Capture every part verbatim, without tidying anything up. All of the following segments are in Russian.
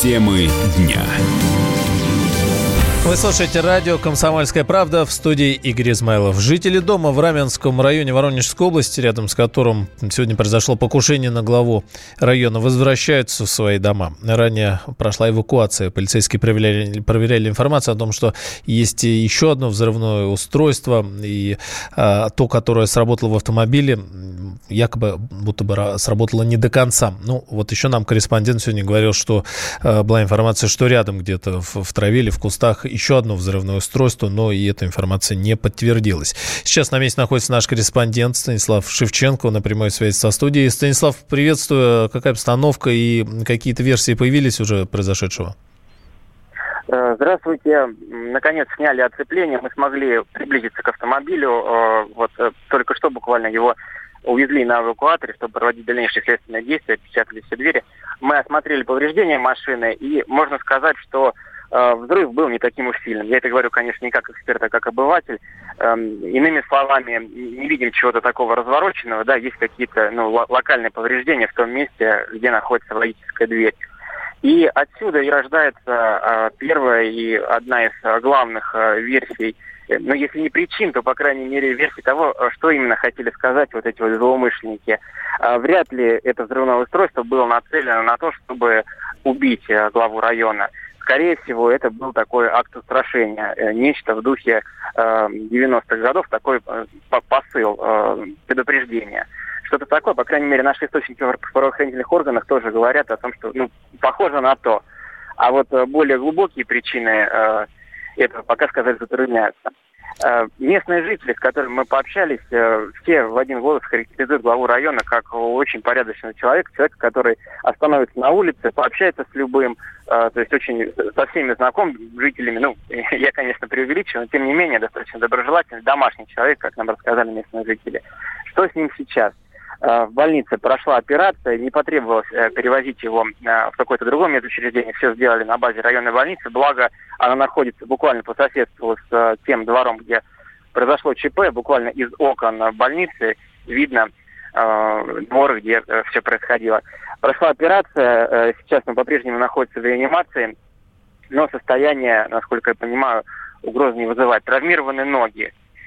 Темы дня. Вы слушаете радио «Комсомольская правда», в студии Игорь Измайлов. Жители дома в Раменском районе Воронежской области, рядом с которым сегодня произошло покушение на главу района, возвращаются в свои дома. Ранее прошла эвакуация. Полицейские проверяли, проверяли информацию о том, что есть еще одно взрывное устройство, и а, то, которое сработало в автомобиле, якобы будто бы сработало не до конца. Ну, вот еще нам корреспондент сегодня говорил, что а, была информация, что рядом где-то в, в траве или в кустах еще одно взрывное устройство, но и эта информация не подтвердилась. Сейчас на месте находится наш корреспондент Станислав Шевченко на прямой связи со студией. Станислав, приветствую. Какая обстановка и какие-то версии появились уже произошедшего? Здравствуйте. Наконец сняли оцепление. Мы смогли приблизиться к автомобилю. Вот только что буквально его увезли на эвакуаторе, чтобы проводить дальнейшие следственные действия, печатали все двери. Мы осмотрели повреждения машины, и можно сказать, что взрыв был не таким уж сильным. Я это говорю, конечно, не как эксперт, а как обыватель. Эм, иными словами, не видим чего-то такого развороченного, да, есть какие-то ну, л- локальные повреждения в том месте, где находится водительская дверь. И отсюда и рождается э, первая и одна из э, главных э, версий, э, ну, если не причин, то, по крайней мере, версии того, что именно хотели сказать вот эти вот злоумышленники. Э, вряд ли это взрывное устройство было нацелено на то, чтобы убить э, главу района. Скорее всего, это был такой акт устрашения, нечто в духе э, девяностых годов, такой э, посыл, э, предупреждение. Что-то такое, по крайней мере, наши источники в правоохранительных органах тоже говорят о том, что, ну, похоже на то. А вот э, более глубокие причины э, этого пока сказать затрудняются. Э, местные жители, с которыми мы пообщались, э, все в один голос характеризуют главу района как очень порядочного человека, человека, который остановится на улице, пообщается с любым, э, то есть очень со всеми знаком, жителями. Ну, я, конечно, преувеличиваю, но тем не менее достаточно доброжелательный, домашний человек, как нам рассказали местные жители. Что с ним сейчас? В больнице прошла операция, не потребовалось э, перевозить его э, в какое-то другое медучреждение. Все сделали на базе районной больницы. Благо, она находится буквально по соседству с э, тем двором, где произошло ЧП. Буквально из окон больницы видно э, двор, где э, все происходило. Прошла операция. Э, сейчас он по-прежнему находится в реанимации. Но состояние, насколько я понимаю, угрозы не вызывает. Травмированы ноги.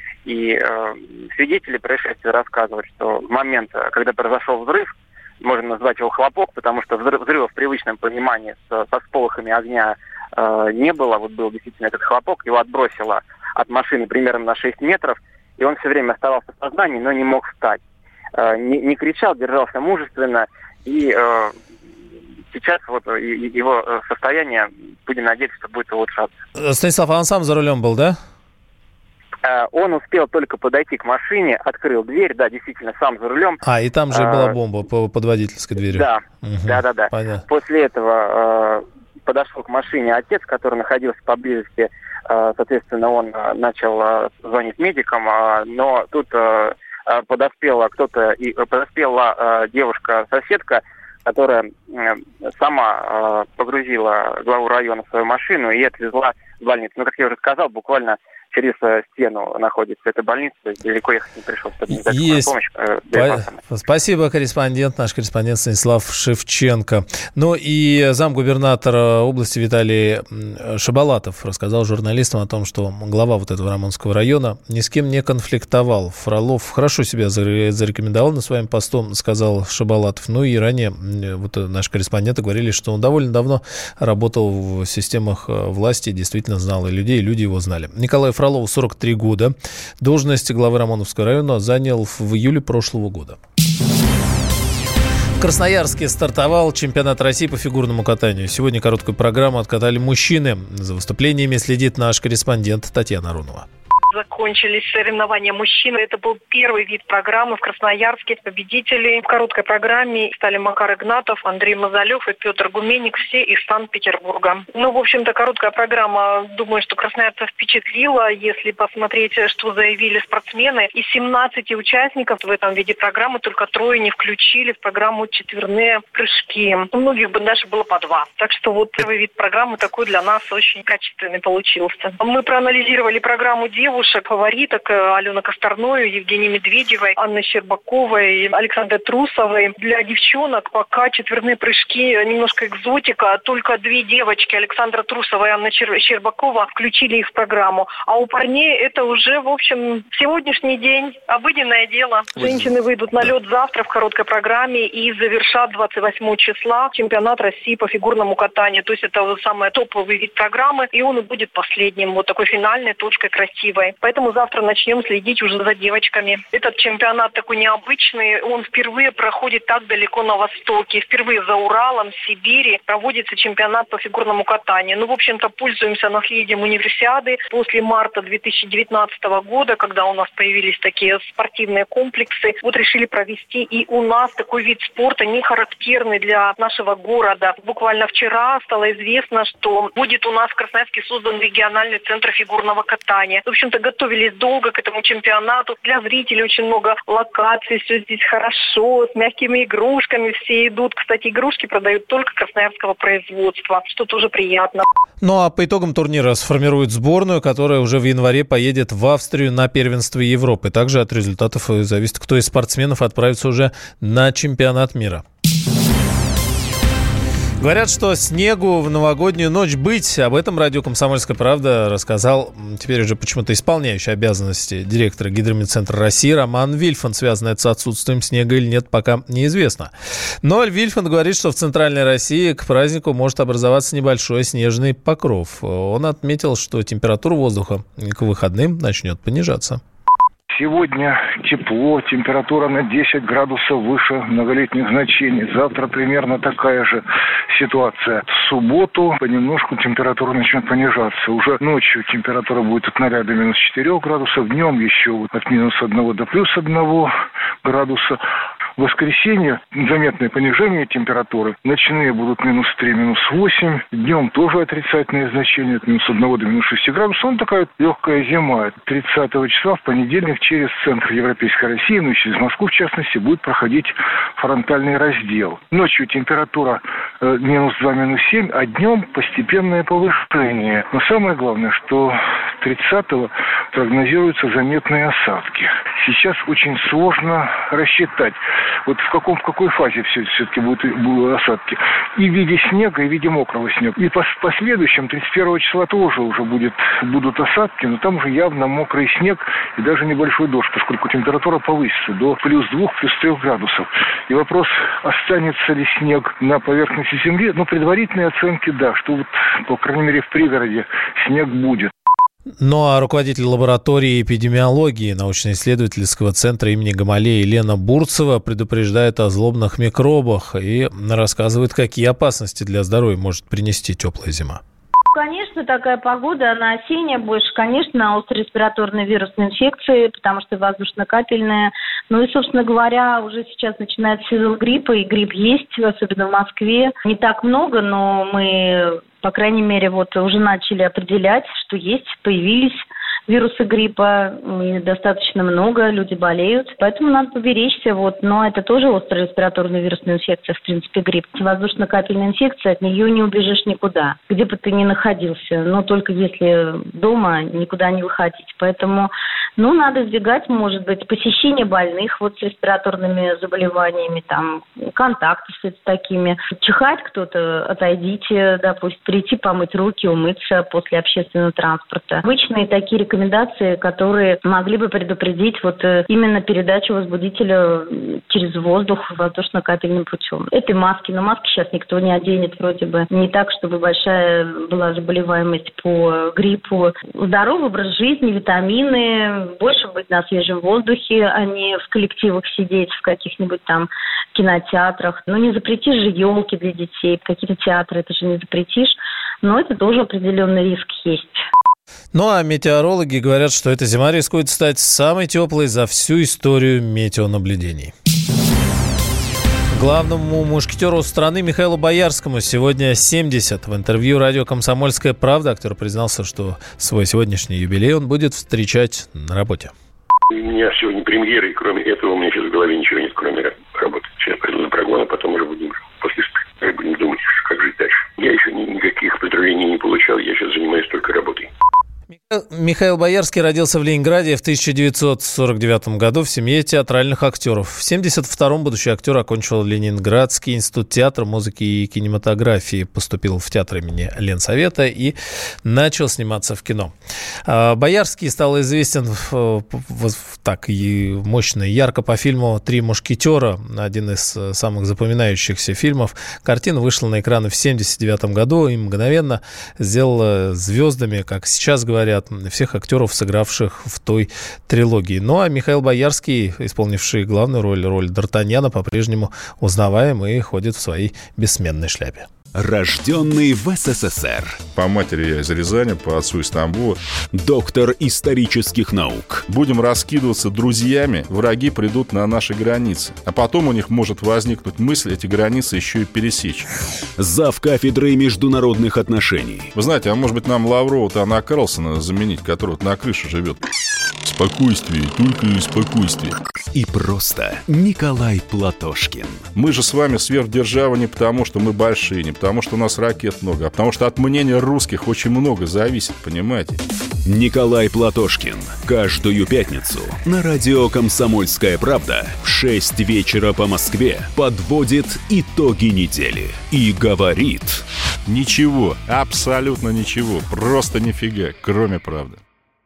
И э, свидетели происшествия рассказывают, что в момент, когда произошел взрыв, можно назвать его хлопок, потому что взрыв, взрыва в привычном понимании с, со сполохами огня э, не было. Вот был действительно этот хлопок, его отбросило от машины примерно на шесть метров, и он все время оставался в сознании, но не мог встать. Э, не, не кричал, держался мужественно, и э, сейчас вот его состояние, будем надеяться, что будет улучшаться. Станислав, а он сам за рулем был, да? Он успел только подойти к машине, открыл дверь, да, действительно, сам за рулем. А, и там же а, была бомба под водительской дверью. Да, угу. да, да, да. Понятно. После этого э, подошел к машине отец, который находился поблизости. Э, соответственно, он э, начал э, звонить медикам, э, но тут э, подоспела кто-то, и подоспела э, девушка-соседка, которая э, сама э, погрузила главу района в свою машину и отвезла в больницу. Ну, как я уже сказал, буквально через стену находится эта больница, далеко ехать не пришлось, чтобы не дать помощь. Э, По- Спасибо, корреспондент, наш корреспондент Станислав Шевченко. Ну и замгубернатора области Виталий Шабалатов рассказал журналистам о том, что глава вот этого Рамонского района ни с кем не конфликтовал. Фролов хорошо себя зарекомендовал на своем посту, сказал Шабалатов. Ну и ранее вот наши корреспонденты говорили, что он довольно давно работал в системах власти, действительно знал и людей, и люди его знали. Николай Фролову сорок три года. Должность главы Рамоновского района занял в июле прошлого года. В Красноярске стартовал чемпионат России по фигурному катанию. Сегодня короткую программу откатали мужчины. За выступлениями следит наш корреспондент Татьяна Рунова. Закончились соревнования мужчин. Это был первый вид программы в Красноярске. Победители в короткой программе стали Макар Игнатов, Андрей Мазалев и Петр Гуменник, все из Санкт-Петербурга. Ну, в общем-то, короткая программа, думаю, что красноярцев впечатлила. Если посмотреть, что заявили спортсмены, из семнадцати участников в этом виде программы только трое не включили в программу четверные прыжки. У многих бы даже было по два. Так что вот первый вид программы такой для нас очень качественный получился. Мы проанализировали программу девушек. девушек-фавориток Алены Косторной, Евгении Медведевой, Анны Щербаковой, Александры Трусовой. Для девчонок пока четверные прыжки немножко экзотика. Только две девочки, Александра Трусова и Анна Щербакова, включили их в программу. А у парней это уже, в общем, сегодняшний день обыденное дело. Женщины выйдут на лед завтра в короткой программе и завершат двадцать восьмого числа чемпионат России по фигурному катанию. То есть это вот самый топовый вид программы, и он и будет последним, вот такой финальной точкой красивой. Поэтому завтра начнем следить уже за девочками. Этот чемпионат такой необычный, он впервые проходит так далеко на востоке. Впервые за Уралом, в Сибири проводится чемпионат по фигурному катанию. Ну, в общем-то, пользуемся наследием универсиады после марта две тысячи девятнадцатого года, когда у нас появились такие спортивные комплексы. Вот решили провести и у нас такой вид спорта, не характерный для нашего города. Буквально вчера стало известно, что будет у нас в Красноярске создан региональный центр фигурного катания. В общем-то, готовились долго к этому чемпионату. Для зрителей очень много локаций, все здесь хорошо, с мягкими игрушками все идут. Кстати, игрушки продают только красноярского производства, что тоже приятно. Ну а по итогам турнира сформируют сборную, которая уже в январе поедет в Австрию на первенство Европы. Также от результатов зависит, кто из спортсменов отправится уже на чемпионат мира. Говорят, что снегу в новогоднюю ночь быть. Об этом радио «Комсомольская правда» рассказал теперь уже почему-то исполняющий обязанности директора Гидрометцентра России Роман Вильфанд. Связано это с отсутствием снега или нет, пока неизвестно. Но Вильфанд говорит, что в Центральной России к празднику может образоваться небольшой снежный покров. Он отметил, что температура воздуха к выходным начнет понижаться. Сегодня тепло, температура на десять градусов выше многолетних значений. Завтра примерно такая же ситуация. В субботу понемножку температура начнет понижаться. Уже ночью температура будет от ноля до минус четырех градусов, днем еще от минус одного до плюс одного градуса. В воскресенье заметное понижение температуры. Ночные будут минус три, минус восемь. Днем тоже отрицательные значения от минус одного до минус шести градусов. Он такая легкая зима. тридцатого числа в понедельник через центр Европейской России, ну и через Москву в частности, будет проходить фронтальный раздел. Ночью температура э, минус два, минус семь, а днем постепенное повышение. Но самое главное, что тридцатого прогнозируются заметные осадки. Сейчас очень сложно рассчитать, вот в, каком, в какой фазе все, все-таки будут, будут осадки. И в виде снега, и в виде мокрого снега. И по последующим, тридцать первого числа тоже уже будет, будут осадки, но там уже явно мокрый снег и даже небольшой дождь, поскольку температура повысится до плюс двух, плюс трех градусов. И вопрос, останется ли снег на поверхности земли, ну, предварительные оценки, да, что вот, по крайней мере, в пригороде снег будет. Ну а руководитель лаборатории эпидемиологии научно-исследовательского центра имени Гамалеи Елена Бурцева предупреждает о злобных микробах и рассказывает, какие опасности для здоровья может принести теплая зима. Конечно, такая погода, она осенняя больше, конечно, остро-респираторные вирусные инфекции, потому что воздушно-капельная. Ну и, собственно говоря, уже сейчас начинается сезон гриппа, и грипп есть, особенно в Москве. Не так много, но мы, по крайней мере, вот уже начали определять, что есть, появились вирусы гриппа, и достаточно много, люди болеют, поэтому надо поберечься, вот, но это тоже острая респираторная вирусная инфекция, в принципе, грипп. Воздушно-капельная инфекция, от нее не убежишь никуда, где бы ты ни находился, но только если дома никуда не выходить, поэтому, ну, надо избегать, может быть, посещения больных вот с респираторными заболеваниями, там, контактов с такими, чихать кто-то, отойдите, допустим, прийти помыть руки, умыться после общественного транспорта. Обычные такие рекомендации, рекомендации, которые могли бы предупредить вот именно передачу возбудителя через воздух воздушно-капельным путем. Это маски, но маски сейчас никто не оденет вроде бы. Не так, чтобы большая была заболеваемость по гриппу. Здоровый образ жизни, витамины, больше быть на свежем воздухе, а не в коллективах сидеть в каких-нибудь там кинотеатрах. Ну, не запретишь же елки для детей, какие-то театры, это же не запретишь. Но это тоже определенный риск есть. Ну а метеорологи говорят, что эта зима рискует стать самой теплой за всю историю метеонаблюдений. Главному мушкетеру страны Михаилу Боярскому сегодня семьдесят. В интервью радио «Комсомольская правда» актер признался, что свой сегодняшний юбилей он будет встречать на работе. У меня сегодня премьера, и кроме этого у меня сейчас в голове ничего нет, кроме работы. Сейчас пойду на прогон, а потом уже будем после спектакля будем думать, как жить дальше. Я еще никаких поздравлений не получал, я сейчас занимаюсь только работой. Михаил Боярский родился в Ленинграде в тысяча девятьсот сорок девятом году в семье театральных актеров. В семьдесят втором будущий актер окончил Ленинградский институт театра, музыки и кинематографии, поступил в театр имени Ленсовета и начал сниматься в кино. Боярский стал известен так и мощно и ярко по фильму «Три мушкетера», один из самых запоминающихся фильмов. Картина вышла на экраны в семьдесят девятом году и мгновенно сделала звездами, как сейчас говорят, всех актеров, сыгравших в той трилогии. Ну, а Михаил Боярский, исполнивший главную роль, роль Д'Артаньяна, по-прежнему узнаваем и ходит в своей бессменной шляпе. Рожденный в СССР. По матери я из Рязани, по отцу из Тамбова. Доктор исторических наук. Будем раскидываться друзьями, враги придут на наши границы. А потом у них может возникнуть мысль эти границы еще и пересечь. Зав. Кафедрой международных отношений. Вы знаете, а может быть нам Лаврова-то Анна Карлсона заменить, который вот на крыше живет? Спокойствие, только спокойствие. И просто Николай Платошкин. Мы же с вами сверхдержава не потому, что мы большие, не потому, что у нас ракет много, а потому что от мнения русских очень много зависит, понимаете? Николай Платошкин. Каждую пятницу на радио «Комсомольская правда» в шесть вечера по Москве подводит итоги недели и говорит... Ничего, абсолютно ничего, просто нифига, кроме правды.